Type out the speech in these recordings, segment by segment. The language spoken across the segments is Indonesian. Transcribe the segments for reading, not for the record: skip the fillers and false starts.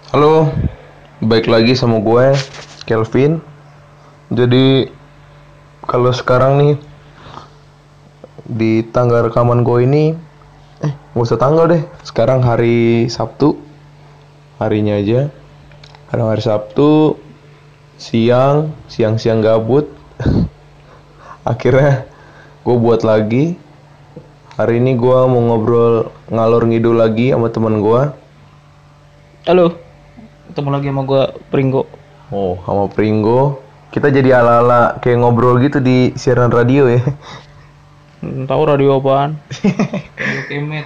Halo, baik lagi sama gue, Kelvin. Jadi, kalau sekarang nih, di tanggal rekaman gue ini, nggak usah tanggal deh. Sekarang hari Sabtu, harinya aja. Sekarang hari Sabtu, siang gabut. Akhirnya, gue buat lagi. Hari ini gue mau ngobrol ngalor ngidul lagi sama teman gue. Halo, ketemu lagi sama gue Pringgo. Oh, sama Pringgo. Kita jadi ala-ala kayak ngobrol gitu di siaran radio ya. Tahu radio apaan? Radio Kemet.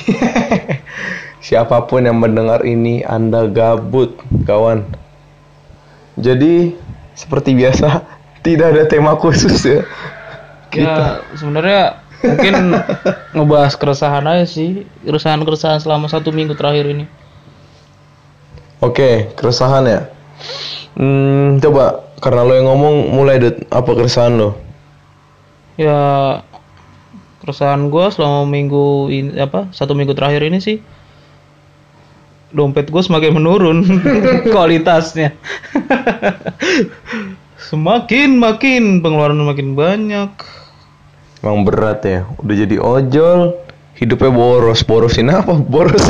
Siapapun yang mendengar ini, Anda gabut, kawan. Jadi, seperti biasa, tidak ada tema khusus ya. Ya, sebenarnya mungkin ngebahas keresahan aja sih, keresahan selama 1 minggu terakhir ini. Oke, keresahan ya. Coba, karena lo yang ngomong, mulai deh, apa keresahan lo? Ya, keresahan gue selama 1 minggu terakhir ini sih, dompet gue semakin menurun kualitasnya. Semakin pengeluaran makin banyak. Emang berat ya, udah jadi ojol, hidupnya borosin apa? Boros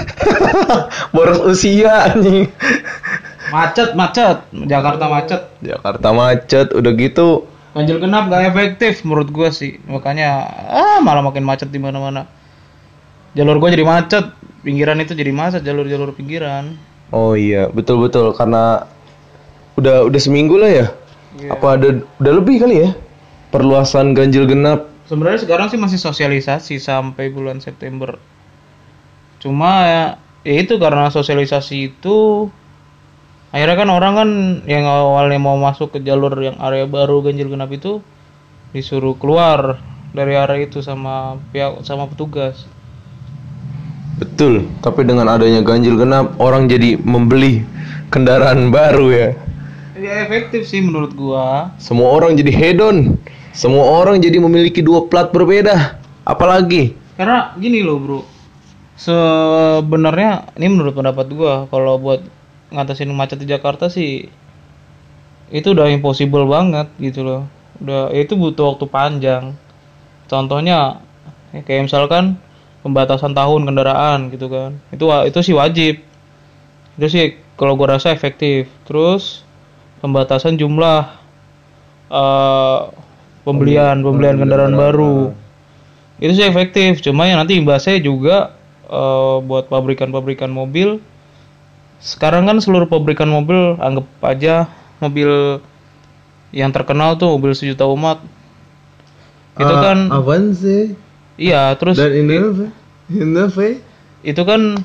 usia anjing. Macet, Jakarta macet. Udah gitu. Ganjil genap gak efektif menurut gua sih. Makanya malah makin macet di mana-mana. Jalur gua jadi macet, pinggiran itu jadi macet, jalur pinggiran. Oh iya, betul karena udah seminggu lah ya. Iya. Apa udah lebih kali ya? Perluasan ganjil genap. Sebenarnya sekarang sih masih sosialisasi sampai bulan September. Cuma ya itu karena sosialisasi itu akhirnya kan orang kan yang awalnya mau masuk ke jalur yang area baru ganjil genap itu disuruh keluar dari area itu sama petugas. Betul, tapi dengan adanya ganjil genap orang jadi membeli kendaraan baru ya. Ya efektif sih menurut gua. Semua orang jadi hedon. Semua orang jadi memiliki 2 plat berbeda. Apalagi? Karena gini loh bro, sebenarnya ini menurut pendapat gua kalau buat ngatasin macet di Jakarta sih itu udah impossible banget gitu loh. Udah itu butuh waktu panjang. Contohnya ya kayak misalkan pembatasan tahun kendaraan gitu kan. Itu sih wajib. Itu sih kalau gua rasa efektif. Terus pembatasan jumlah pembelian kendaraan baru. Itu sih efektif. Cuma yang nanti imbasnya juga buat pabrikan mobil. Sekarang kan seluruh pabrikan mobil anggap aja mobil yang terkenal tuh mobil sejuta umat. Itu kan apaan sih? iya, terus Dan ini itu kan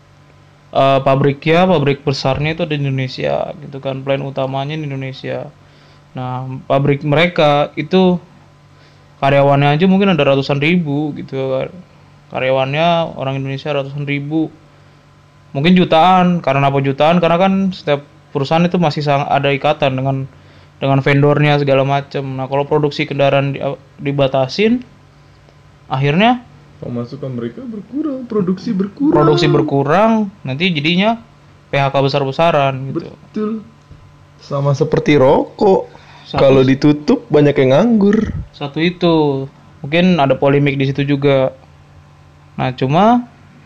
pabrik besarnya itu di Indonesia gitu kan, plan utamanya di Indonesia. Nah, pabrik mereka itu karyawannya aja mungkin ada ratusan ribu gitu kan. Karyawannya orang Indonesia ratusan ribu. Mungkin jutaan. Karena apa jutaan? Karena kan setiap perusahaan itu masih ada ikatan dengan vendornya segala macam. Nah, kalau produksi kendaraan dibatasin, akhirnya pemasukan mereka berkurang, produksi berkurang, nanti jadinya PHK besar-besaran gitu. Betul. Sama seperti rokok. Kalau ditutup banyak yang nganggur. Satu itu. Mungkin ada polemik di situ juga. Nah, cuma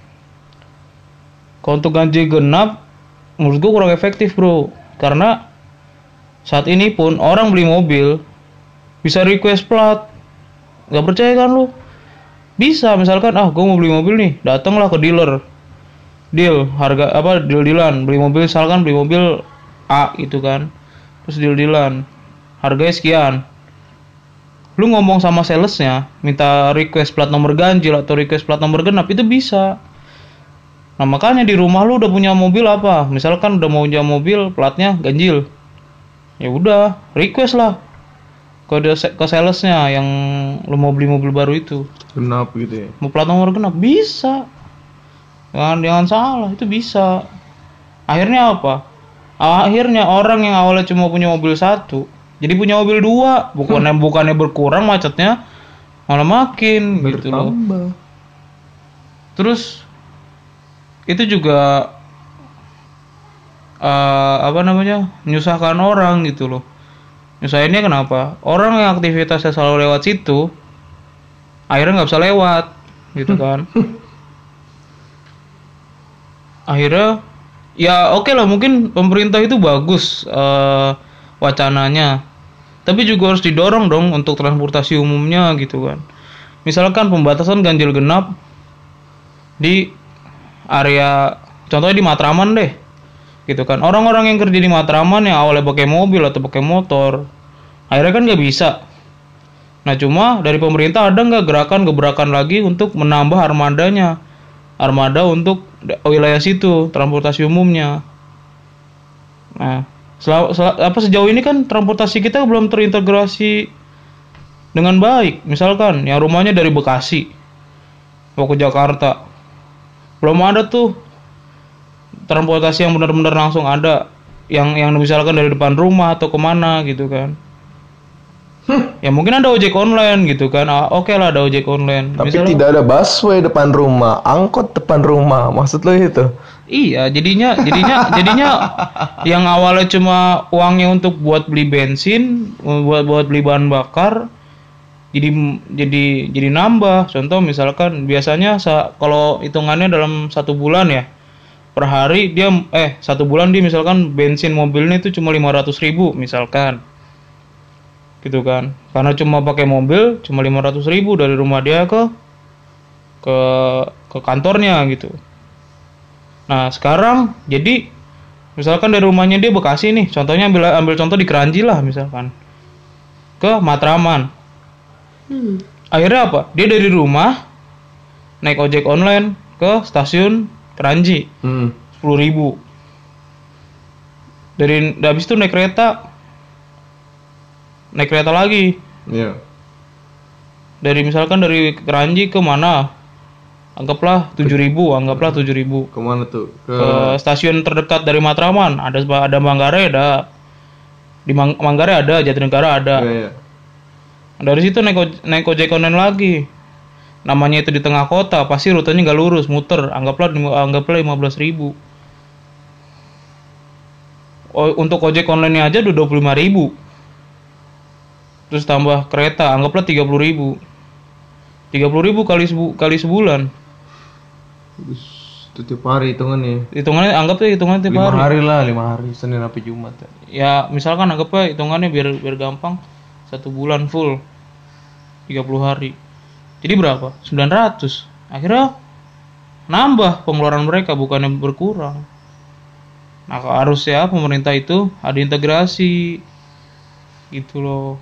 kalau untuk ganjil genap menurut gue kurang efektif, Bro. Karena saat ini pun orang beli mobil bisa request plat. Gak percaya kan lu? Bisa, misalkan gue mau beli mobil nih, datanglah ke dealer. Deal harga apa deal-dealan, beli mobil A gitu kan. Terus deal-dealan. Harganya sekian. Lu ngomong sama salesnya, minta request plat nomor ganjil atau request plat nomor genap itu bisa. Nah, makanya di rumah lu udah punya mobil apa? Misalkan udah mau punya mobil platnya ganjil. Ya udah, request lah ke salesnya yang lu mau beli mobil baru itu. Genap gitu ya. Mau plat nomor genap bisa. Jangan salah, itu bisa. Akhirnya apa? Akhirnya orang yang awalnya cuma punya mobil 1 jadi punya mobil 2. Bukannya berkurang macetnya, malah makin bertambah. Gitu loh. Terus itu juga Menyusahkan orang gitu loh. Nyusahinnya kenapa? Orang yang aktivitasnya selalu lewat situ akhirnya nggak bisa lewat gitu kan. Akhirnya ya oke lah, mungkin pemerintah itu bagus wacananya, tapi juga harus didorong dong untuk transportasi umumnya gitu kan. Misalkan pembatasan ganjil genap di area, contohnya di Matraman deh gitu kan. Orang-orang yang kerja di Matraman yang awalnya pakai mobil atau pakai motor akhirnya kan nggak bisa. Nah cuma dari pemerintah ada nggak gebrakan lagi untuk menambah armada untuk wilayah situ transportasi umumnya. Nah sejauh ini kan transportasi kita belum terintegrasi dengan baik. Misalkan yang rumahnya dari Bekasi mau ke Jakarta, belum ada tuh transportasi yang benar-benar langsung ada, yang misalkan dari depan rumah atau kemana gitu kan. Ya mungkin ada ojek online gitu kan. Oke lah ada ojek online. Tapi tidak ada busway depan rumah, angkot depan rumah. Maksud lo itu? Iya, jadinya yang awalnya cuma uangnya untuk buat beli bensin, buat beli bahan bakar, jadi nambah. Contoh misalkan biasanya kalau hitungannya dalam 1 bulan ya, per hari dia 1 bulan dia misalkan bensin mobilnya itu cuma 500.000 misalkan. Gitu kan. Karena cuma pakai mobil cuma 500.000 dari rumah dia ke kantornya gitu. Nah, sekarang jadi misalkan dari rumahnya dia Bekasi nih, contohnya ambil contoh di Kranji lah misalkan. Ke Matraman. Akhirnya apa? Dia dari rumah naik ojek online ke stasiun Kranji. 10.000. Habis itu naik kereta lagi. Iya. Misalkan dari Kranji ke mana? Anggaplah 7.000. Kemana tuh? Ke stasiun terdekat dari Matraman. Ada Manggarai, di Manggarai ada, Jatinegara ada. Iya. Dari situ naik ojek online lagi. Namanya itu di tengah kota, pasti rutenya nggak lurus, muter. Anggaplah 15.000. Untuk ojek online aja udah 25.000. Terus tambah kereta, anggaplah 30.000. 30.000 kali sebulan. Itu tiap hari hitungannya. Hitungannya tiap 5 hari lah, 5 hari, Senin sampai Jumat. Ya, misalkan anggapnya hitungannya biar gampang, 1 bulan full 30 hari. Jadi berapa? 900. Akhirnya nambah pengeluaran mereka, bukannya berkurang. Nah, harusnya pemerintah itu ada integrasi gitu loh.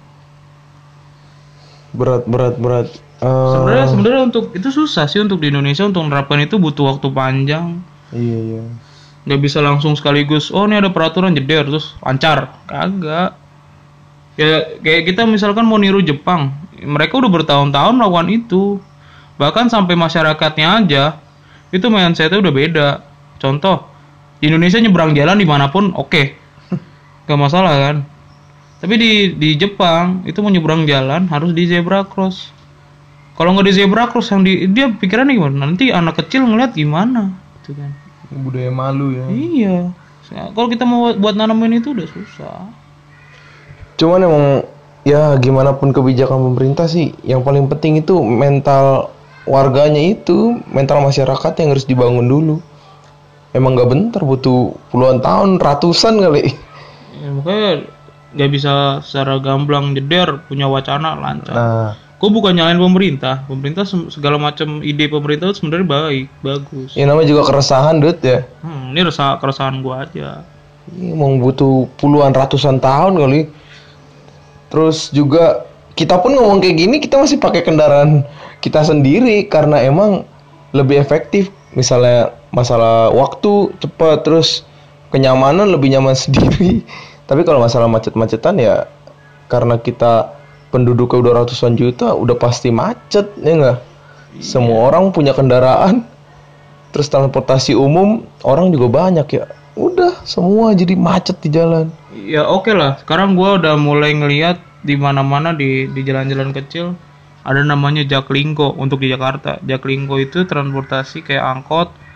Berat. Sebenarnya untuk itu susah sih, untuk di Indonesia untuk menerapkan itu butuh waktu panjang. Iya. Nggak bisa langsung sekaligus. Oh ini ada peraturan jeder terus lancar. Kagak. Ya kayak kita misalkan mau niru Jepang, mereka udah bertahun-tahun melakukan itu. Bahkan sampai masyarakatnya aja itu mindsetnya udah beda. Contoh di Indonesia nyebrang jalan dimanapun oke. Gak masalah kan. Tapi di Jepang itu mau nyebrang jalan harus di zebra cross. Kalau nggak di zebra cross dia pikirannya gimana? Nanti anak kecil ngeliat gimana, gitu kan? Budaya malu ya. Iya. Kalau kita mau buat nanamin itu udah susah. Cuman emang ya gimana pun kebijakan pemerintah sih, yang paling penting itu mental warganya itu, mental masyarakat yang harus dibangun dulu. Emang nggak bentar, butuh puluhan tahun, ratusan kali. Ya, makanya nggak bisa secara gamblang jeder punya wacana lancar. Nah, gue bukan nyalain pemerintah segala macam ide pemerintah itu sebenarnya bagus. ini namanya juga keresahan, Dut ya. Ini keresahan gue aja. Ini mau butuh puluhan ratusan tahun kali. Terus juga kita pun ngomong kayak gini, kita masih pakai kendaraan kita sendiri karena emang lebih efektif. Misalnya masalah waktu cepat, terus kenyamanan lebih nyaman sendiri. Tapi kalau masalah macet-macetan ya karena kita penduduknya udah ratusan juta, udah pasti macet, ya nggak? Iya. Semua orang punya kendaraan, terus transportasi umum orang juga banyak ya. Udah semua jadi macet di jalan. Ya oke lah. Sekarang gue udah mulai ngelihat di mana-mana di jalan-jalan kecil ada namanya Jaklingko untuk di Jakarta. Jaklingko itu transportasi kayak angkot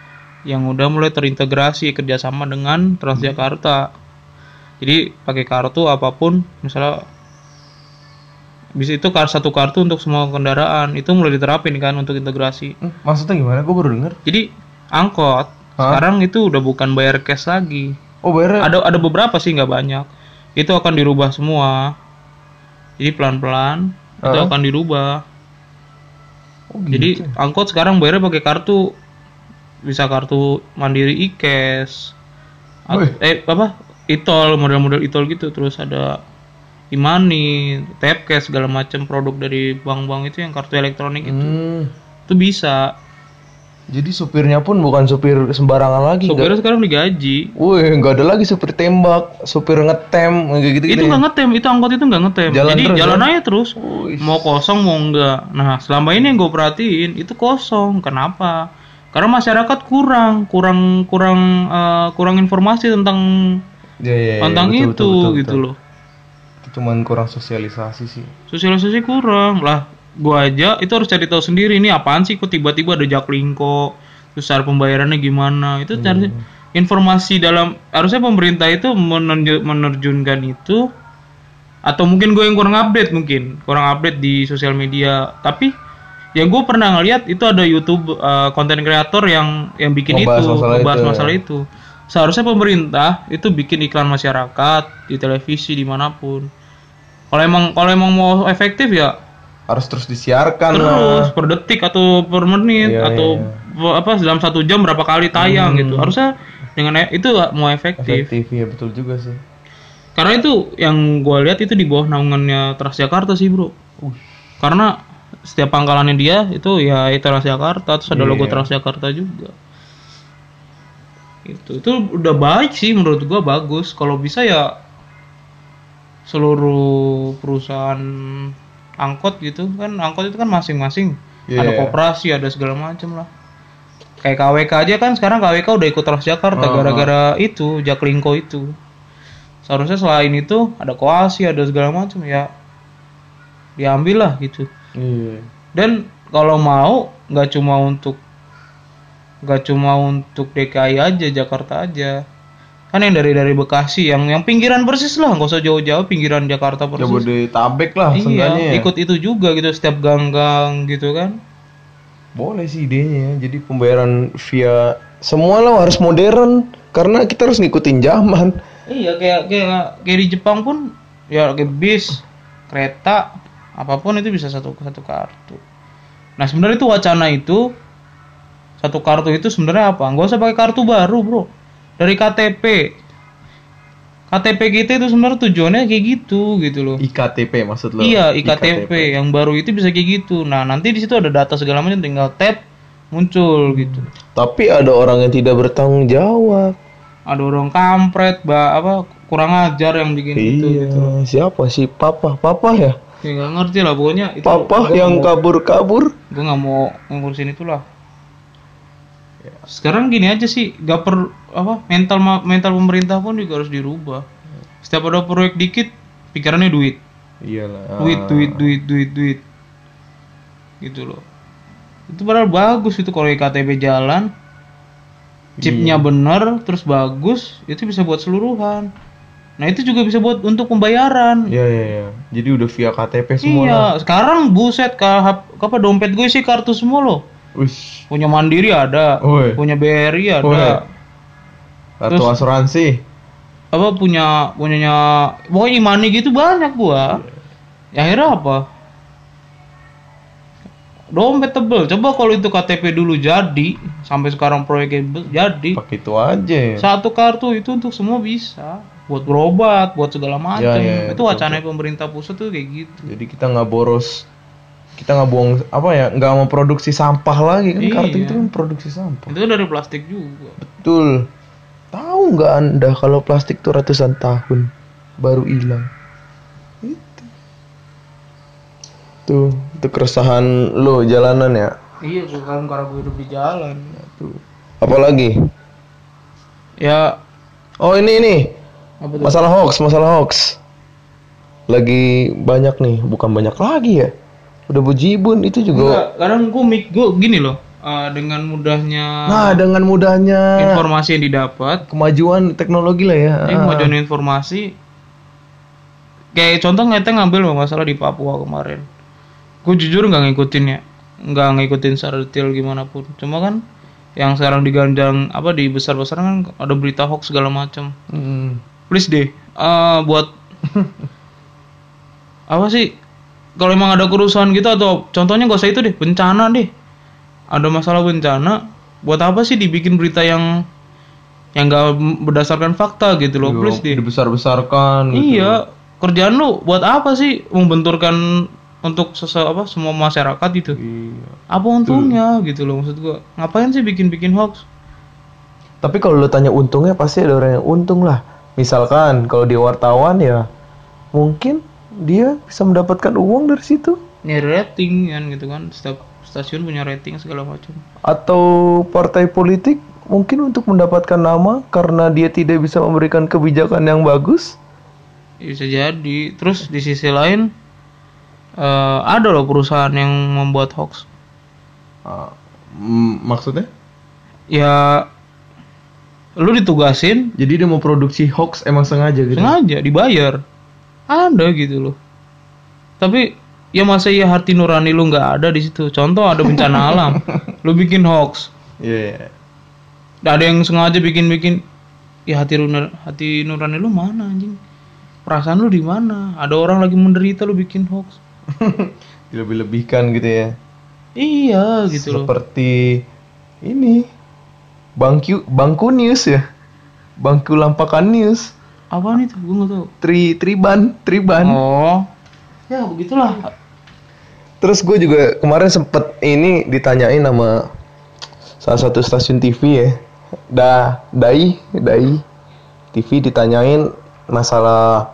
yang udah mulai terintegrasi kerjasama dengan Transjakarta. Jadi pakai kartu apapun, misalnya bisa itu satu kartu untuk semua kendaraan, itu mulai diterapin kan untuk integrasi. Maksudnya gimana? Gue baru denger. Jadi angkot sekarang itu udah bukan bayar cash lagi. Oh, bayar. Ada beberapa sih, nggak banyak. Itu akan dirubah semua. Jadi pelan-pelan itu akan dirubah. Oh, gitu. Jadi angkot sekarang bayarnya pakai kartu, bisa kartu Mandiri e-cash, e-tol, model-model e-tol gitu. Terus ada e-money, tap cash, segala macam produk dari bank-bank itu yang kartu elektronik itu bisa. Jadi supirnya pun bukan supir sembarangan lagi. Supirnya sekarang digaji. Wih, nggak ada lagi supir tembak, supir ngetem, kayak gitu. Itu nggak ngetem, itu angkot itu nggak ngetem. Jadi terus, jalan aja terus. Mau kosong mau enggak. Nah, selama ini yang gue perhatiin itu kosong. Kenapa? Karena masyarakat kurang informasi tentang betul, itu betul. loh. Itu cuman kurang sosialisasi sih. Sosialisasi kurang lah. Gua aja itu harus cari tahu sendiri, ini apaan sih kok tiba-tiba ada Jaklingko, terus cara pembayarannya gimana. Itu cari informasi dalam, harusnya pemerintah itu menerjunkan itu, atau mungkin gue yang kurang update di sosial media. Tapi yang gue pernah ngeliat itu ada YouTube konten kreator yang bikin ngebahas masalah itu. Seharusnya pemerintah itu bikin iklan masyarakat di televisi dimanapun. Kalau emang mau efektif ya harus terus disiarkan terus per detik atau per menit dalam 1 jam berapa kali tayang gitu. Harusnya dengan itu mau efektif. Ya, betul juga sih. Karena itu yang gue lihat itu di bawah naungannya Transjakarta sih, bro. Karena setiap pangkalannya dia itu ya Transjakarta, terus ada logo Transjakarta juga. Itu udah baik sih menurut gue, bagus. Kalau bisa ya seluruh perusahaan angkot gitu kan, angkot itu kan masing-masing ada koperasi, ada segala macam lah. Kayak KWK aja kan sekarang KWK udah ikut Transjakarta gara-gara itu Jaklingko itu. Seharusnya selain itu ada koasi, ada segala macam ya diambil lah gitu. Dan kalau mau nggak cuma untuk DKI aja, Jakarta aja. Kan yang dari Bekasi, yang pinggiran persis lah, nggak usah jauh-jauh, pinggiran Jakarta persis. Jabodetabek lah seenggaknya. Iya, ikut itu juga gitu, setiap gang-gang gitu kan. Boleh sih idenya, jadi pembayaran via semua lah harus modern, karena kita harus ngikutin zaman. Iya, kayak di Jepang pun ya kayak bis, kereta, apapun itu bisa satu kartu. Nah sebenarnya itu wacana itu, satu kartu itu sebenarnya apa? Nggak usah pakai kartu baru, bro. Dari KTP kita itu sebenarnya tujuannya kayak gitu loh. IKTP maksud lo? Iya, IKTP yang baru itu bisa kayak gitu. Nah nanti di situ ada data segala macam, tinggal tap muncul gitu. Tapi ada orang yang tidak bertanggung jawab. Ada orang kampret, kurang ajar yang bikin itu gitu. Siapa sih? Papa ya? Ya nggak ngerti lah pokoknya. Itu Papa yang kabur-kabur. Gue nggak mau ngurusin itulah. Sekarang gini aja sih, gak perlu mental pemerintah pun juga harus dirubah. Setiap ada proyek dikit, pikirannya duit. Iyalah. Duit. Gitu loh. Itu padahal bagus itu kalau KTP jalan, chipnya bener, terus bagus, itu bisa buat seluruhan. Nah itu juga bisa buat untuk pembayaran. Iya. Jadi udah via KTP semua. Iya. Sekarang buset, dompet gue sih kartu semua loh. Uish. Punya Mandiri ada, punya BRI ada. Kartu asuransi. Punyanya pokoknya e-money gitu banyak gua. Ya akhirnya apa? Dompet tebel. Coba kalau itu KTP dulu jadi, sampai sekarang proyeknya jadi. Pakai itu aja. Satu kartu itu untuk semua bisa. Buat berobat, buat segala macam. Itu wacana pemerintah pusat tuh kayak gitu. Jadi kita nggak boros. Kita nggak buang nggak mau produksi sampah lagi kan. Kartu itu kan produksi sampah. Itu dari plastik juga. Betul. Tahu nggak Anda kalau plastik tuh ratusan tahun baru hilang? Itu keresahan lo jalanan ya. Iya, sekarang karena gue hidup di jalan. Tuh. Apalagi? Ya. Oh ini. Masalah hoax. Lagi banyak nih, bukan banyak lagi ya. Udah bejibun itu juga. Enggak, kadang gue gini loh. dengan mudahnya Nah, dengan mudahnya informasi yang didapat, kemajuan teknologi lah ya. kemajuan informasi. Kayak contoh kita ngambil masalah di Papua kemarin. Gue jujur nggak ngikutin secara detail gimana pun. Cuma kan yang sekarang diganjang di besar-besaran kan ada berita hoax segala macam. Please deh, buat apa sih? Kalau emang ada kerusuhan gitu atau contohnya gak usah itu deh, bencana deh. Ada masalah bencana, buat apa sih dibikin berita yang nggak berdasarkan fakta gitu loh, please deh. Dibesar-besarkan gitu. Iya, kerjaan lu buat apa sih membenturkan untuk semua masyarakat gitu? Iya. Apa untungnya gitu loh, maksud gua. Ngapain sih bikin hoax? Tapi kalau lu tanya untungnya pasti ada orang yang untung lah. Misalkan kalau dia wartawan ya mungkin dia bisa mendapatkan uang dari situ. Nyari rating kan gitu kan, setiap stasiun punya rating segala macam. Atau partai politik mungkin untuk mendapatkan nama karena dia tidak bisa memberikan kebijakan yang bagus. Bisa jadi. Terus di sisi lain ada loh perusahaan yang membuat hoax. Maksudnya? Ya lu ditugasin, jadi dia mau produksi hoax emang sengaja gitu. Sengaja dibayar. Ada gitu loh. Tapi ya masa ya hati nurani lu nggak ada di situ. Contoh ada bencana alam, lu bikin hoax. Iya. Yeah. Ada yang sengaja bikin ya hati nurani lu mana anjing? Perasaan lu di mana? Ada orang lagi menderita lu bikin hoax. Dilebih-lebihkan gitu ya. Iya gitu loh. Seperti ini bangku news ya. Bangku lampakan news. Apaan itu? Gue nggak tahu. Triban. Oh, ya begitulah. Terus gue juga kemarin sempet ini ditanyain sama salah satu stasiun TV ya. Dai TV ditanyain masalah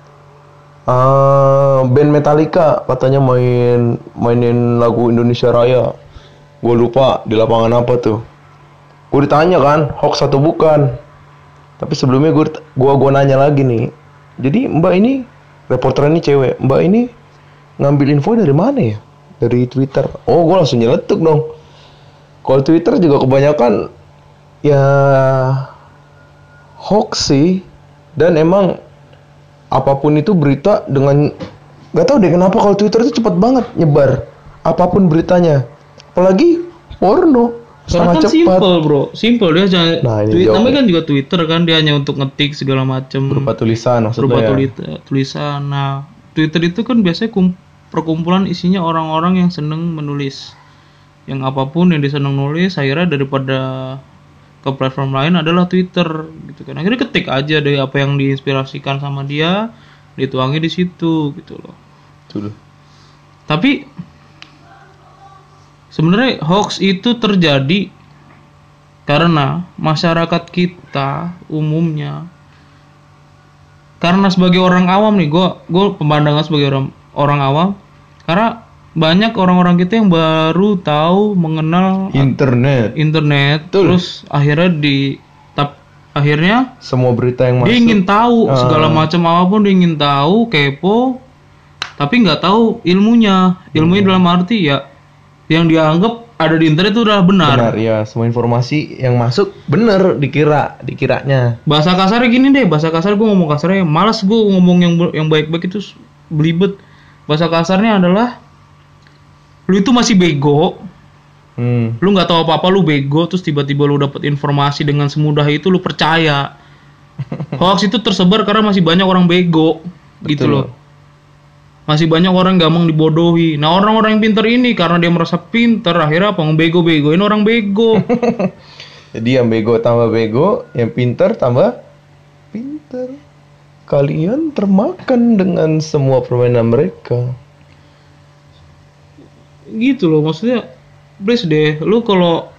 band Metallica katanya mainin lagu Indonesia Raya. Gue lupa di lapangan apa tuh. Gue ditanya kan hoax atau bukan. Tapi sebelumnya gue nanya lagi nih. Jadi Mbak ini reporter ini cewek. Mbak ini ngambil info dari mana ya? Dari Twitter. Oh, gue langsung nyeletuk dong. Kalau Twitter juga kebanyakan ya hoax sih. Dan emang apapun itu berita dengan gak tahu deh kenapa kalau Twitter itu cepat banget nyebar apapun beritanya. Apalagi porno. Karena kan simple dia aja. Nah, namanya kan juga Twitter kan, dia hanya untuk ngetik segala macam. Berupa tulisan maksudnya. Berupa tulisan. Nah, Twitter itu kan biasanya perkumpulan isinya orang-orang yang seneng menulis. Yang apapun yang dia seneng nulis, akhirnya daripada ke platform lain adalah Twitter gitu kan. Akhirnya ketik aja deh apa yang diinspirasikan sama dia, dituangin di situ gitu loh. Betul. Tapi sebenarnya hoax itu terjadi karena masyarakat kita umumnya, karena sebagai orang awam nih, gue pemandangan sebagai orang awam, karena banyak orang-orang kita yang baru tahu mengenal internet. Betul. Terus akhirnya semua berita yang masuk dia ingin tahu segala macam apapun, dia ingin tahu, kepo, tapi nggak tahu ilmunya dalam arti ya yang dianggap ada di internet itu udah benar. Benar ya, semua informasi yang masuk benar dikiranya. Bahasa kasarnya gini deh, gue ngomong kasarnya, malas gue ngomong yang baik-baik itu belibet. Bahasa kasarnya adalah lu itu masih bego. Lu nggak tahu apa-apa, lu bego, terus tiba-tiba lu dapat informasi dengan semudah itu lu percaya. Hoax itu tersebar karena masih banyak orang bego. Betul. Gitu loh. Masih banyak orang gampang dibodohi. Nah, orang-orang yang pintar ini karena dia merasa pintar, akhirnya apa? Ngebego-begoin orang bego. Jadi yang bego tambah bego, yang pintar tambah pintar. Kalian termakan dengan semua permainan mereka. Gitu loh, maksudnya please deh, lu kalau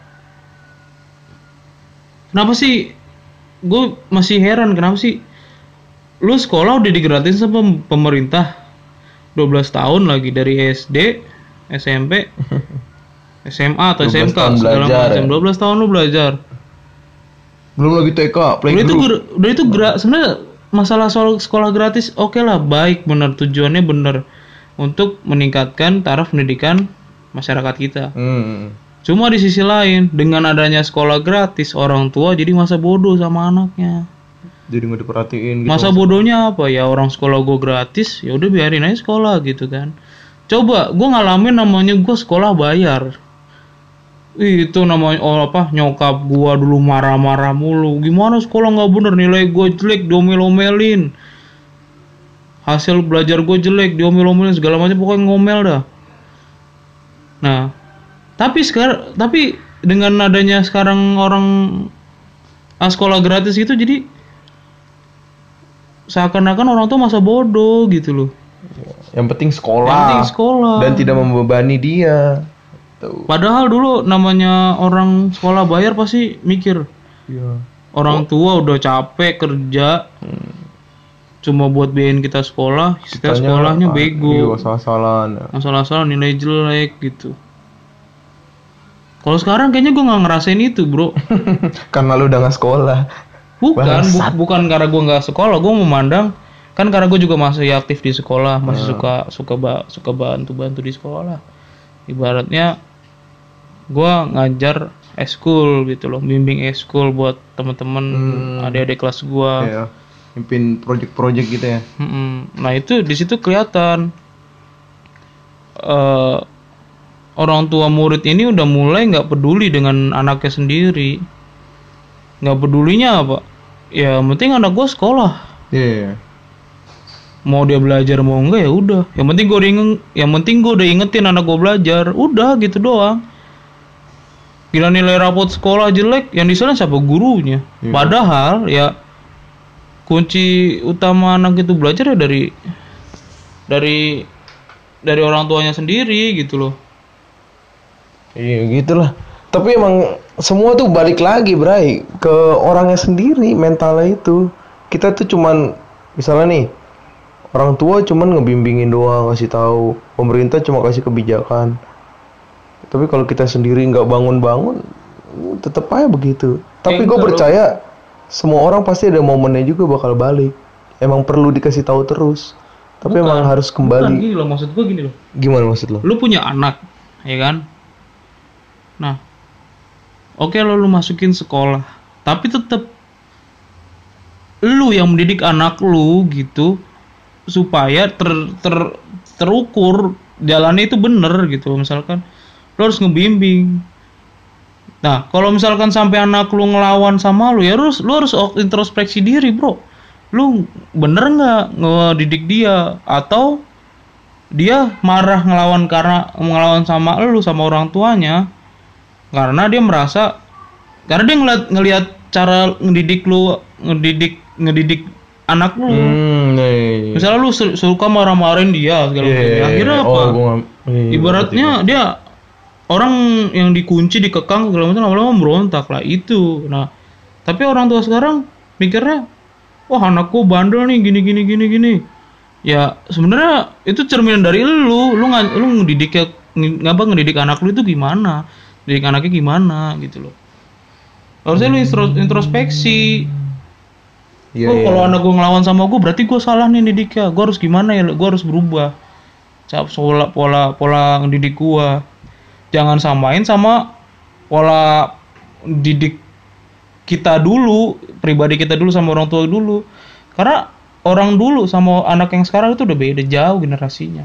kenapa sih, gue masih heran kenapa sih lu sekolah udah digratis sama pemerintah 12 tahun lagi dari SD, SMP, SMA atau SMK segala macam. 12 tahun lu belajar. Belum lagi TK, playgroup. Udah itu sebenarnya masalah soal sekolah gratis oke lah, baik, benar, tujuannya benar untuk meningkatkan taraf pendidikan masyarakat kita. Cuma di sisi lain, dengan adanya sekolah gratis, orang tua jadi masa bodoh sama anaknya. Jadi nggak diperhatiin gitu. Masa bodohnya apa ya, orang sekolah gue gratis, ya udah biarin aja sekolah gitu kan. Coba gue ngalamin namanya gue sekolah bayar. Itu namanya nyokap gue dulu marah-marah mulu. Gimana sekolah nggak bener, nilai gue jelek, diomel-omelin. Hasil belajar gue jelek, diomel-omelin segala macam, pokoknya ngomel dah. Nah, tapi dengan adanya sekarang orang sekolah gratis itu, jadi seakan-akan orang tuh masa bodoh gitu loh. Yang penting sekolah. Yang penting sekolah. Dan tidak membebani dia. Tuh. Padahal dulu namanya orang sekolah bayar pasti mikir. Iya. Orang tua udah capek kerja. Cuma buat biayain kita sekolah, kita sekolahnya bego. Iya, asal-asalan. Asal-asalan nilai jelek gitu. Kalau sekarang kayaknya gue nggak ngerasain itu, bro. Karena lu udah nggak sekolah. Bukan karena gue nggak sekolah, gue memandang kan karena gue juga masih aktif di sekolah, masih suka bantu di sekolah. Ibaratnya gue ngajar eskul gitu loh, bimbing eskul buat teman-teman adik-adik kelas gue. Iya. Mimpin project-project gitu ya. Nah itu di situ kelihatan orang tua murid ini udah mulai nggak peduli dengan anaknya sendiri. Nggak pedulinya apa? Ya yang penting anak gue sekolah. Iya. Mau dia belajar mau enggak ya udah. Yang penting gue udah ingetin anak gue belajar. Udah gitu doang. Gila nilai rapot sekolah jelek, yang disalahin siapa? Gurunya. Iya. Padahal ya kunci utama anak itu belajar ya dari orang tuanya sendiri gitu loh. Iya gitulah. Tapi emang semua tuh balik lagi Bray ke orangnya sendiri, mentalnya itu. Kita tuh cuman misalnya nih orang tua cuman ngebimbingin doang, kasih tahu. Pemerintah cuma kasih kebijakan. Tapi kalau kita sendiri nggak bangun-bangun, tetep aja begitu. Tapi gue percaya semua orang pasti ada momennya juga bakal balik. Emang perlu dikasih tahu terus. Tapi emang harus kembali. Bukan gini loh, maksud gue gini loh. Gimana maksud lo? Lu punya anak, ya kan? Nah, oke lu masukin sekolah, tapi tetap lu yang mendidik anak lu gitu supaya terukur jalannya itu bener gitu. Misalkan lu harus ngebimbing. Nah, kalau misalkan sampai anak lu ngelawan sama lu, ya lu harus introspeksi diri, bro. Lu bener nggak ngedidik dia, atau dia marah ngelawan sama lu, sama orang tuanya, karena dia merasa, karena dia ngelihat cara ngedidik anak lu. Misalnya lu suka marah-marahin dia segala macam. Akhirnya apa? Ibaratnya dia orang yang dikunci, dikekang segala macam, lama-lama berontak lah itu. Nah, tapi orang tua sekarang mikirnya, wah anakku bandel nih gini. Ya sebenarnya itu cerminan dari lu ngedidik anak lu itu gimana? Didik anaknya gimana gitu loh. Harusnya lu introspeksi. Kalau anak gue ngelawan sama gue, berarti gue salah nih didiknya. Gue harus gimana ya? Gue harus berubah. Pola ngedidik gue. Jangan samain sama pola didik kita dulu, pribadi kita dulu sama orang tua dulu. Karena orang dulu sama anak yang sekarang itu udah beda jauh generasinya.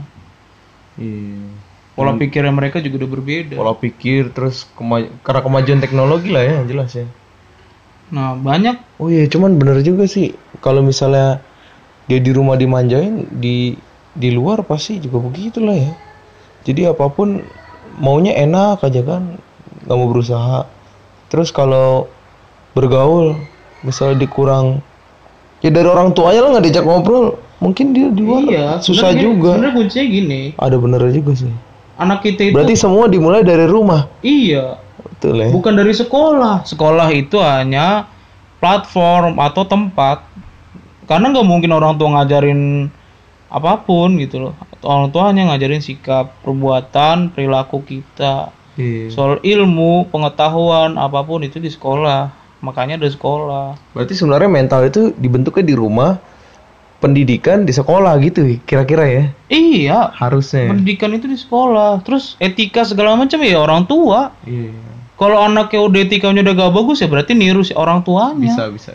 Pola pikirnya mereka juga udah berbeda. Pola pikir terus karena kemajuan teknologi lah ya, jelas ya. Nah, banyak. Oh iya, cuman bener juga sih. Kalau misalnya dia di rumah dimanjain, di luar pasti juga begitulah ya. Jadi apapun maunya enak aja kan, nggak mau berusaha. Terus kalau bergaul, misalnya dikurang, ya dari orang tuanya lah nggak diajak ngobrol, mungkin dia di luar susah juga. Sebenarnya kuncinya gini. Ada benernya juga sih. Anak kita itu. Berarti semua dimulai dari rumah. Iya. Betul ya. Bukan dari sekolah. Sekolah itu hanya platform atau tempat. Karena nggak mungkin orang tua ngajarin apapun gitu loh. Orang tua hanya ngajarin sikap, perbuatan, perilaku kita. Soal ilmu, pengetahuan, apapun itu di sekolah. Makanya ada sekolah. Berarti sebenarnya mental itu dibentuknya di rumah. pendidikan di sekolah gitu kira-kira ya. Iya, Harusnya. pendidikan itu di sekolah. Terus etika segala macam ya orang tua. Iya. Kalau anaknya udah etikanya udah gak bagus ya berarti niru si orang tuanya. Bisa.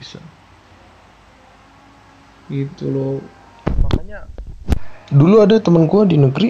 Gitu loh. Makanya dulu ada temen gue di negeri.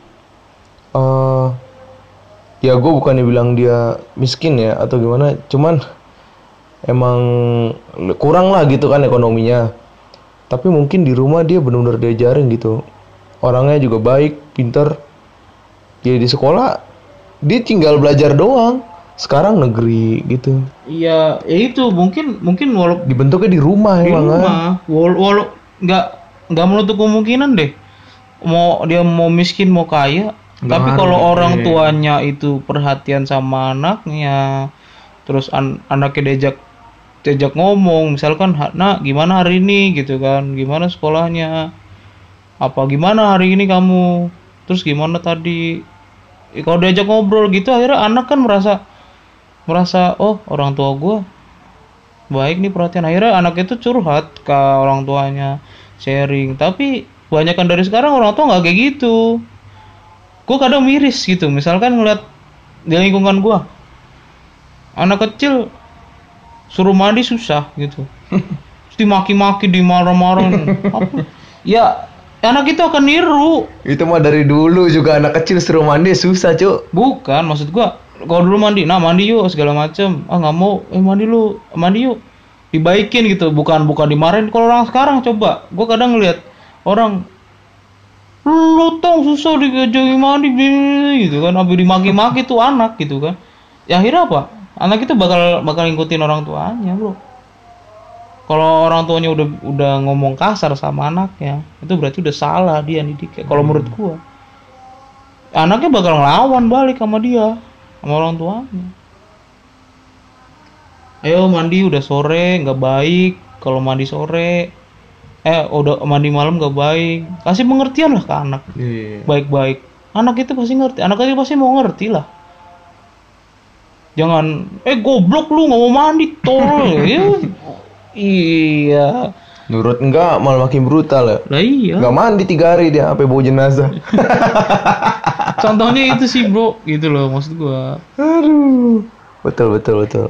Ya gue bukannya bilang dia miskin ya atau gimana, cuman emang kurang lah gitu kan ekonominya. Tapi mungkin di rumah dia benar-benar diajarin gitu. Orangnya juga baik, pinter. Jadi di sekolah dia tinggal belajar doang. Sekarang negeri gitu. Iya, ya itu mungkin walaupun Dibentuknya di rumah di emang kan. rumah, walau nggak menutup kemungkinan deh. Dia mau miskin mau kaya, Nggak tapi ngaruh, kalau orang iya. tuanya itu perhatian sama anaknya, terus anaknya diajak ngomong, misalkan nak gimana hari ini gitu kan, gimana sekolahnya, apa gimana hari ini kamu, terus gimana tadi. Kalau diajak ngobrol gitu akhirnya anak kan merasa oh orang tua gue baik nih perhatian, akhirnya anak itu curhat ke orang tuanya, sharing. Tapi kebanyakan dari sekarang orang tua nggak kayak gitu. Gue kadang miris gitu, misalkan ngeliat di lingkungan gue anak kecil suruh mandi susah gitu, terus dimaki-maki, dimarah-marah. Ya anak itu akan niru. Itu mah dari dulu juga anak kecil suruh mandi susah, Cuk. Bukan, maksud gua kalau dulu mandi yuk segala macem, nggak mau, mandi yuk, dibaikin gitu, bukan dimarahin. Kalau orang sekarang coba, gua kadang ngeliat orang lu tong susah digajakin mandi gitu kan, habis dimaki-maki tuh anak gitu kan. Ya akhirnya apa? Anak itu bakal ngikutin orang tuanya, bro. Kalau orang tuanya udah ngomong kasar sama anaknya, itu berarti udah salah dia didiknya. Kalau menurut gua, anaknya bakal ngelawan balik sama dia, sama orang tuanya. Ayo mandi udah sore nggak baik, kalau mandi sore, udah mandi malam nggak baik. Kasih pengertian lah ke anak, baik-baik. Anak itu pasti ngerti, anak itu pasti mau ngerti lah. Jangan, goblok lu nggak mau mandi, tolol. Iya. Nurut enggak malah makin brutal ya. Lah iya. Enggak mandi 3 hari dia sampai bau jenazah. Contohnya itu sih bro, gitu loh maksud gua. Aduh. Betul.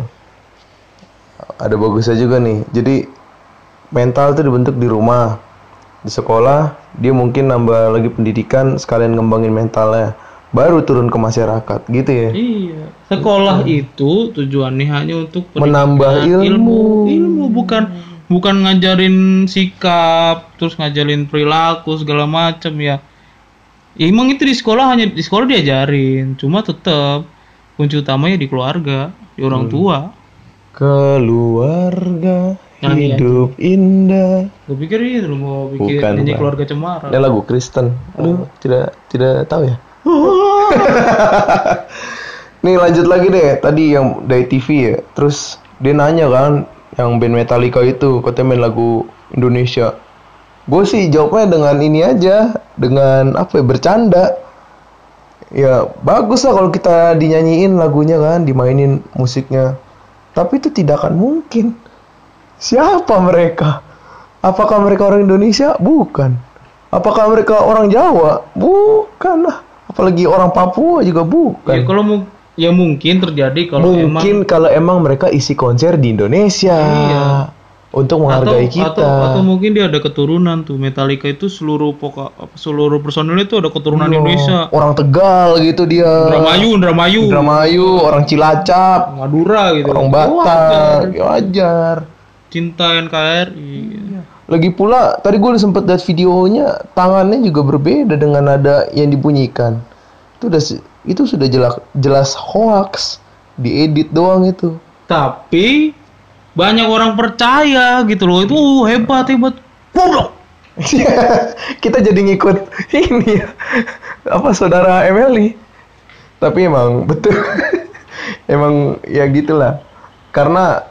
Ada bagusnya juga nih. Jadi mental tuh dibentuk di rumah. Di sekolah dia mungkin nambah lagi pendidikan sekalian ngembangin mentalnya. Baru turun ke masyarakat gitu ya. Iya. Sekolah itu tujuannya hanya untuk Menambah ilmu. bukan ngajarin sikap, terus ngajarin perilaku segala macam ya. Ya emang itu di sekolah diajarin, cuma tetap kunci utamanya di keluarga, di orang tua. Keluarga hidup indah. Gue pikir itu lo mau bikin Bukan. nyanyi keluarga cemara. Ini lagu Kristen. Aduh, tidak tahu ya. Nih lanjut lagi deh. Tadi yang dari TV ya. Terus dia nanya kan, yang band Metallica itu katanya main lagu Indonesia. Gue sih jawabnya dengan ini aja, dengan apa ya, bercanda. Ya bagus lah kalau kita dinyanyiin lagunya kan, dimainin musiknya. Tapi itu tidak akan mungkin. Siapa mereka? Apakah mereka orang Indonesia? Bukan. Apakah mereka orang Jawa? Bukan lah. Apalagi orang Papua juga bukan. Ya kalau mungkin terjadi kalau kalau emang mereka isi konser di Indonesia. Iya. Untuk menghargai kita. Atau mungkin dia ada keturunan tuh. Metallica itu seluruh personilnya itu ada keturunan Indonesia. Orang Tegal gitu dia. Indramayu, orang Cilacap, Madura gitu. orang Batak. Wajar. Cinta NKRI. Iya. Lagi pula tadi gue sempet lihat videonya, tangannya juga berbeda dengan nada yang dibunyikan. Itu sudah jelas hoax, diedit doang itu. Tapi banyak orang percaya gitu loh. Itu hebat. Goblok. Kita jadi ngikut ini ya. Apa saudara Emily. Tapi emang betul. Emang ya gitulah. Karena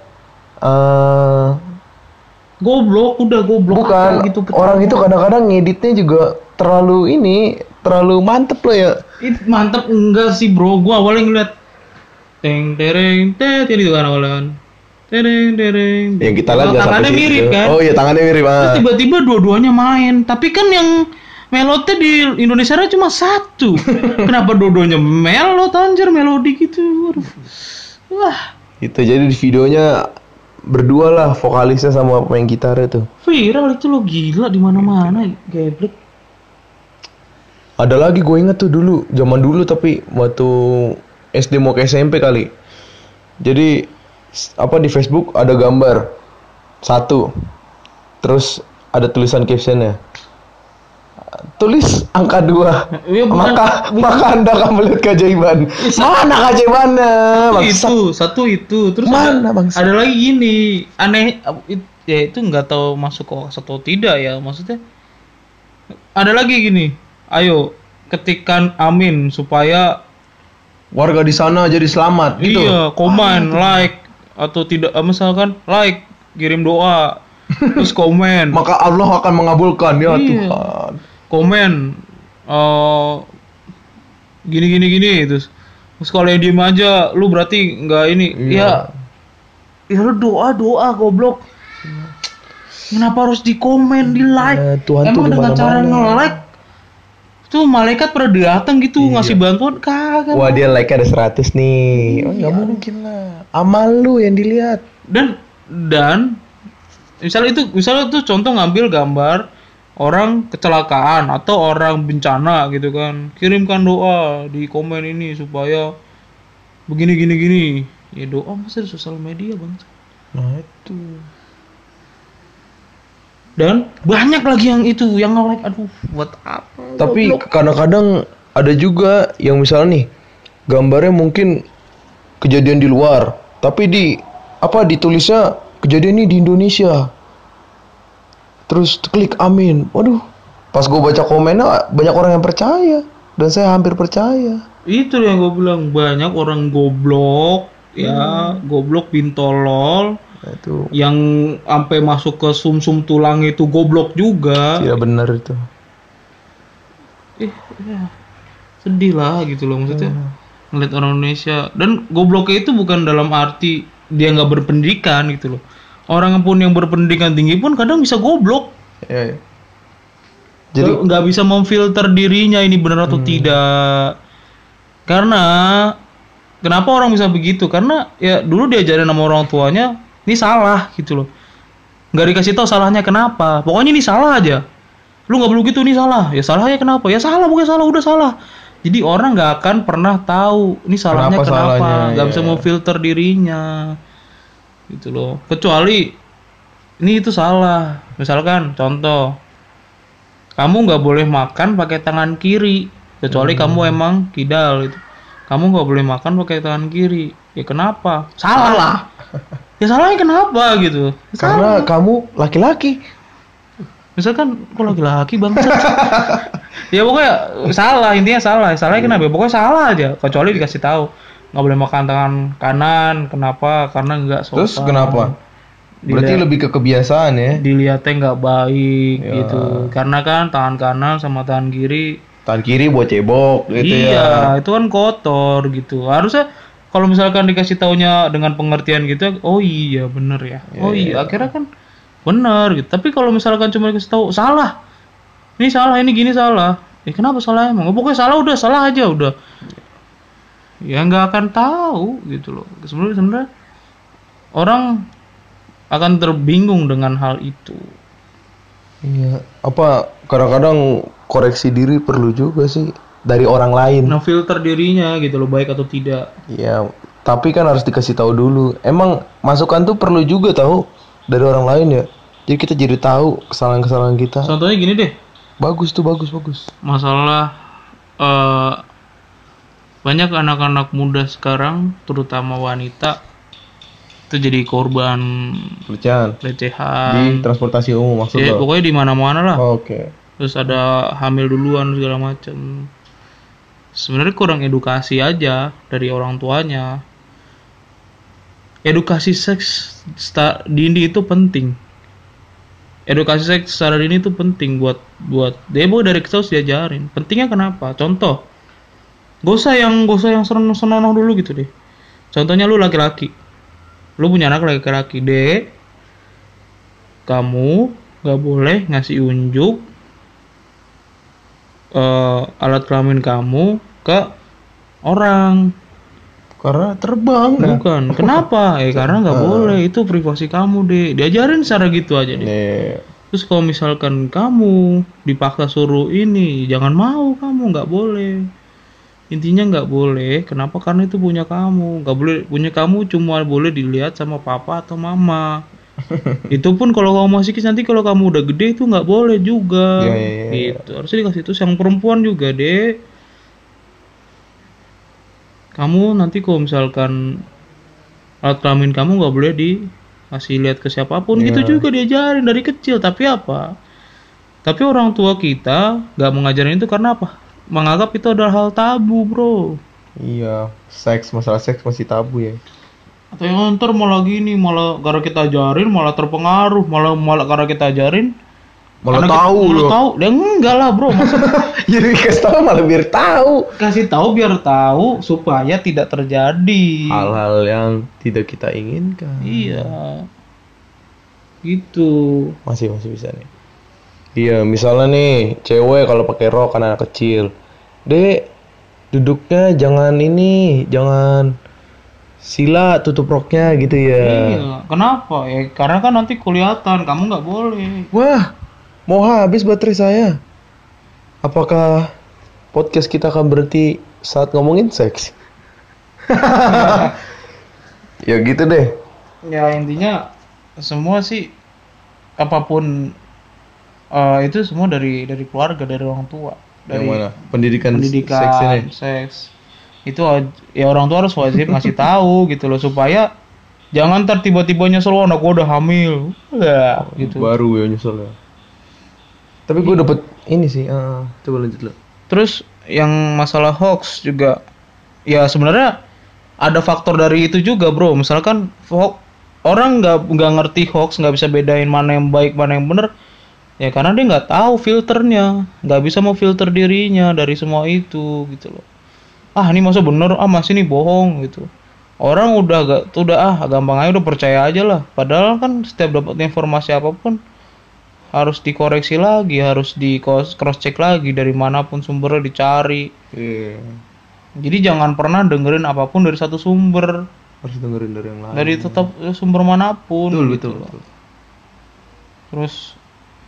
goblok. Bukan gitu, orang itu kadang-kadang ngeditnya juga terlalu mantep loh ya. Itu mantep enggak sih bro? Gua awalnya ngeliat teng tereng tet ini kan awalan. Tereng. Yang kita lihat nggak sampai tangannya situ. mirip kan. Oh iya, tangannya mirip. Terus tiba-tiba dua-duanya main. Tapi kan yang melotnya di Indonesia cuma satu. Kenapa dua-duanya melot anjir, melodi gitu. Aduh. Wah, Itu jadi di videonya berdua lah vokalisnya sama pemain gitar itu. viral itu lo, gila di mana-mana, geblek. Ada lagi gue inget tuh dulu, zaman dulu tapi waktu SD mau ke SMP kali. Jadi di Facebook ada gambar satu, terus ada tulisan captionnya, tulis angka 2, Iya, bukan. maka Anda akan melihat keajaiban. Mana keajaibannya? Itu terus Mana, bangsa? ada lagi gini aneh, ya itu nggak tahu masuk ke atau tidak ya, maksudnya ada lagi gini, ayo ketikkan amin supaya Warga di sana jadi selamat gitu. iya, komen, like atau tidak, misalkan like, kirim doa, terus komen, Maka Allah akan mengabulkan ya Iya. Tuhan. komen, gini, terus kalau yang diem aja, lu berarti nggak ini, Iya. ya lu doa goblok. Kenapa harus di komen, di like? Ya, Tuhan tuh Emang dengan cara dimana-mana. nge-like tuh malaikat pada datang gitu Iya. ngasih bantuan kagak? Wah, dia like-nya ada 100 nih. Oh, nggak mungkin lah. Amal lu yang dilihat. Dan misalnya itu contoh ngambil gambar orang kecelakaan atau orang bencana gitu kan, kirimkan doa di komen ini supaya begini. Ya doa masa di sosial media bang. Nah, itu. Dan banyak lagi yang itu yang nge-like, aduh buat apa? Tapi goblok. kadang-kadang ada juga yang misalnya nih gambarnya mungkin kejadian di luar, tapi ditulisnya kejadian ini di Indonesia. Terus klik amin. Waduh, pas gue baca komennya banyak orang yang percaya dan saya hampir percaya. Itu yang gue bilang, banyak orang goblok ya, goblok bintolol Nah, itu yang sampai masuk ke sumsum tulang itu goblok juga. tidak benar itu. Ya, sedih lah gitu loh maksudnya ngeliat orang Indonesia. Dan gobloknya itu bukan dalam arti dia nggak berpendidikan gitu loh. Orang pun yang berpendidikan tinggi pun kadang bisa goblok. Ya, ya. Jadi Nggak bisa memfilter dirinya ini benar atau tidak. Karena kenapa orang bisa begitu? Karena ya dulu diajarin sama orang tuanya ini salah gitu loh. Nggak dikasih tahu salahnya kenapa. Pokoknya ini salah aja. Lu nggak perlu gitu, ini salah. Ya salahnya kenapa? Ya salah, bukan salah, udah salah. Jadi orang nggak akan pernah tahu ini salahnya Kenapa kenapa. salahnya, Nggak ya. bisa memfilter dirinya. Gitu loh. Kecuali ini itu salah. Misalkan contoh, kamu nggak boleh makan pakai tangan kiri kecuali kamu emang kidal gitu. Kamu nggak boleh makan pakai tangan kiri. Ya kenapa? Salah. Ya salahnya kenapa gitu? Ya karena salah. kamu laki-laki. Misalkan kok laki-laki bangsat. Ya pokoknya salah, intinya salah. Salahnya kenapa? Pokoknya salah aja. Kecuali dikasih tahu nggak boleh makan tangan kanan. Kenapa? Karena nggak sopan. Terus kenapa? Berarti lebih ke kebiasaan ya. Dilihatnya nggak baik Ya. gitu. Karena kan tangan kanan sama tangan kiri. Tangan kiri buat cebok gitu Iya, ya. itu kan kotor gitu. Harusnya kalau misalkan dikasih taunya dengan pengertian gitu, oh iya bener ya. Oh iya, akhirnya kan bener gitu. Tapi kalau misalkan cuma dikasih tahu salah, ini salah, ini gini salah. Kenapa salah emang? Pokoknya salah udah, salah aja udah. Ya nggak akan tahu gitu loh. Sebenarnya orang akan terbingung dengan hal itu. Iya. Apa kadang-kadang koreksi diri perlu juga sih dari orang lain. Nah, filter dirinya gitu loh, baik atau tidak. Iya, tapi kan harus dikasih tahu dulu. Emang masukan tuh perlu juga tahu dari orang lain ya. Jadi kita jadi tahu kesalahan-kesalahan kita. Contohnya gini deh, Bagus tuh, bagus. masalah banyak anak-anak muda sekarang, terutama wanita, itu jadi korban Pelecehan di pelecehan. transportasi umum maksud Ya, lo? pokoknya di mana-mana lah. Oke. Terus ada hamil duluan segala macam. Sebenarnya kurang edukasi aja dari orang tuanya. Edukasi seks dini itu penting. Edukasi seks secara dini itu penting buat dia dari kecil harus diajarin. Pentingnya kenapa? Contoh, gak usah yang senonoh dulu gitu deh. Contohnya lu laki-laki, Lu punya anak laki-laki, Dek. Kamu nggak boleh ngasih unjuk alat kelamin kamu ke orang. Karena terbang. Bukan. Kenapa? Karena nggak boleh. Itu privasi kamu, Dek. Diajarin secara gitu aja, Dek. Nih. Terus kalau misalkan kamu dipaksa suruh ini, jangan mau, kamu nggak boleh. Intinya nggak boleh. Kenapa? Karena itu punya kamu. Nggak boleh, punya kamu cuma boleh dilihat sama papa atau mama. Itu pun kalau kamu masih kecil, nanti kalau kamu udah gede itu nggak boleh juga. Ya. Gitu. Harusnya dikasih itu yang perempuan juga, Dek. Kamu nanti kalau misalkan alat kelamin kamu nggak boleh dikasih lihat ke siapapun. Ya. Gitu juga diajarin dari kecil. Tapi apa? Tapi orang tua kita nggak mengajarin itu karena apa? Menganggap itu adalah hal tabu, bro. Iya, masalah seks masih tabu ya. Atau yang ntar malah gini, malah karena kita ajarin malah terpengaruh, malah karena kita ajarin Malah anak tahu malah loh. tahu. Ya enggak lah, bro. Maksudnya Jadi kasih tahu malah biar tahu kasih tahu biar tahu supaya tidak terjadi. hal-hal yang tidak kita inginkan. Iya. Gitu. Masih bisa nih. Iya, misalnya nih cewek kalau pakai rok kan anak kecil. Dek, duduknya jangan sila, tutup roknya gitu ya. Iya. Kenapa? Ya karena kan nanti kelihatan kamu nggak boleh. Wah, mau habis baterai saya. Apakah podcast kita akan berhenti saat ngomongin seks? Ya gitu deh. Ya intinya semua sih apapun itu semua dari keluarga, dari orang tua, dari Yang mana? Pendidikan seks ini. pendidikan seks. Itu ya orang tua harus wajib ngasih tahu gitu loh, supaya jangan ntar tiba-tiba nyesel, "Wah, anak gua udah hamil." Ya, gitu. Baru ya nyesel ya. Tapi gue dapet ini sih. Coba lanjut lo. Terus yang masalah hoax juga, ya sebenarnya ada faktor dari itu juga, bro. Misalkan orang nggak ngerti hoax, nggak bisa bedain mana yang baik mana yang benar, ya karena dia nggak tahu filternya, nggak bisa mau filter dirinya dari semua itu gitu loh. Ini masa bener, mas ini bohong gitu. Orang udah gampang aja, udah percaya aja lah. Padahal kan setiap dapat informasi apapun harus dikoreksi lagi, harus di cross check lagi dari manapun sumbernya dicari. Iya. Jadi jangan pernah dengerin apapun dari satu sumber, Harus dengerin dari yang lain. dari tetap sumber manapun. Betul. Terus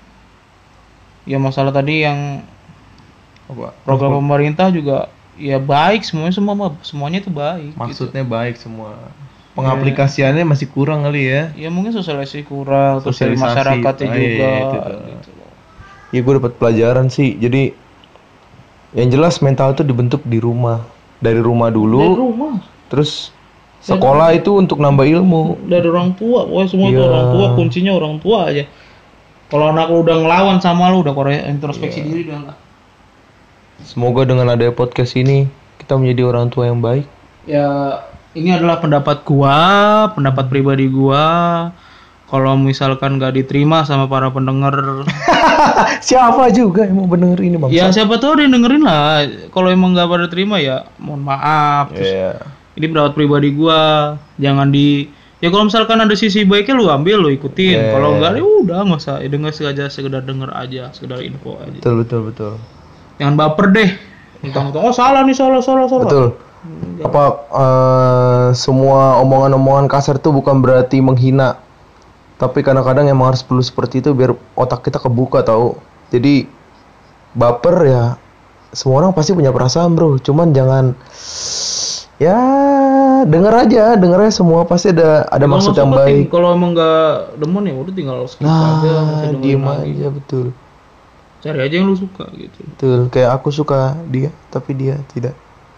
ya masalah tadi yang Apa? program pemerintah juga ya baik, semuanya itu baik. Maksudnya baik semua. Pengaplikasiannya masih kurang kali ya. Ya mungkin sosialisasi kurang, terus dari Sosialisasi. masyarakatnya juga. Itu tuh. Gitu loh. Ya gue dapat pelajaran sih. Jadi yang jelas mental itu dibentuk di rumah. Dari rumah dulu. Dari rumah, Terus sekolah itu untuk nambah ilmu. dari orang tua, pokoknya semua itu Iya. orang tua, kuncinya orang tua aja. Kalau anak lu udah ngelawan sama lu, udah introspeksi diri udah lah. Semoga dengan adanya podcast ini kita menjadi orang tua yang baik. Ya ini adalah pendapat pribadi gua. Kalau misalkan nggak diterima sama para pendengar, Siapa juga yang mau denger ini bang? ya siapa tahu ada yang dengerin lah. Kalau emang nggak pada terima ya mohon maaf. Terus, Iya. ini pendapat pribadi gua, jangan ya kalau misalkan ada sisi baiknya lu ambil, lu ikutin. Yeah. Kalau enggak ya udah nggak usah, denger sengaja sekedar denger aja, sekedar info aja. Betul. Jangan baper deh. Mentang-mentang salah nih, salah. Betul. Apa semua omongan-omongan kasar tuh bukan berarti menghina. Tapi kadang-kadang emang harus perlu seperti itu biar otak kita kebuka tahu. Jadi baper ya, semua orang pasti punya perasaan, bro. Cuman jangan ya denger aja semua pasti ada Kalau maksud nggak yang suka, baik. kalau emang nggak demen ya udah tinggal skip aja, nggak usah Nah, dengerin diem lagi. aja betul. Cari aja yang lu suka gitu. Betul, kayak aku suka dia, tapi dia tidak.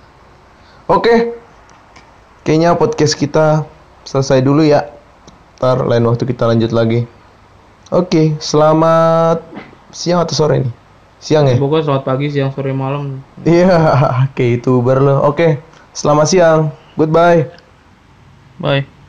Oke. Kayaknya podcast kita selesai dulu ya. Ntar lain waktu kita lanjut lagi. Oke, selamat siang atau sore nih? Siang ya? Pokoknya selamat pagi, siang, sore, malam. Iya, kayak YouTuber lo. Oke, selamat siang. Goodbye. Bye.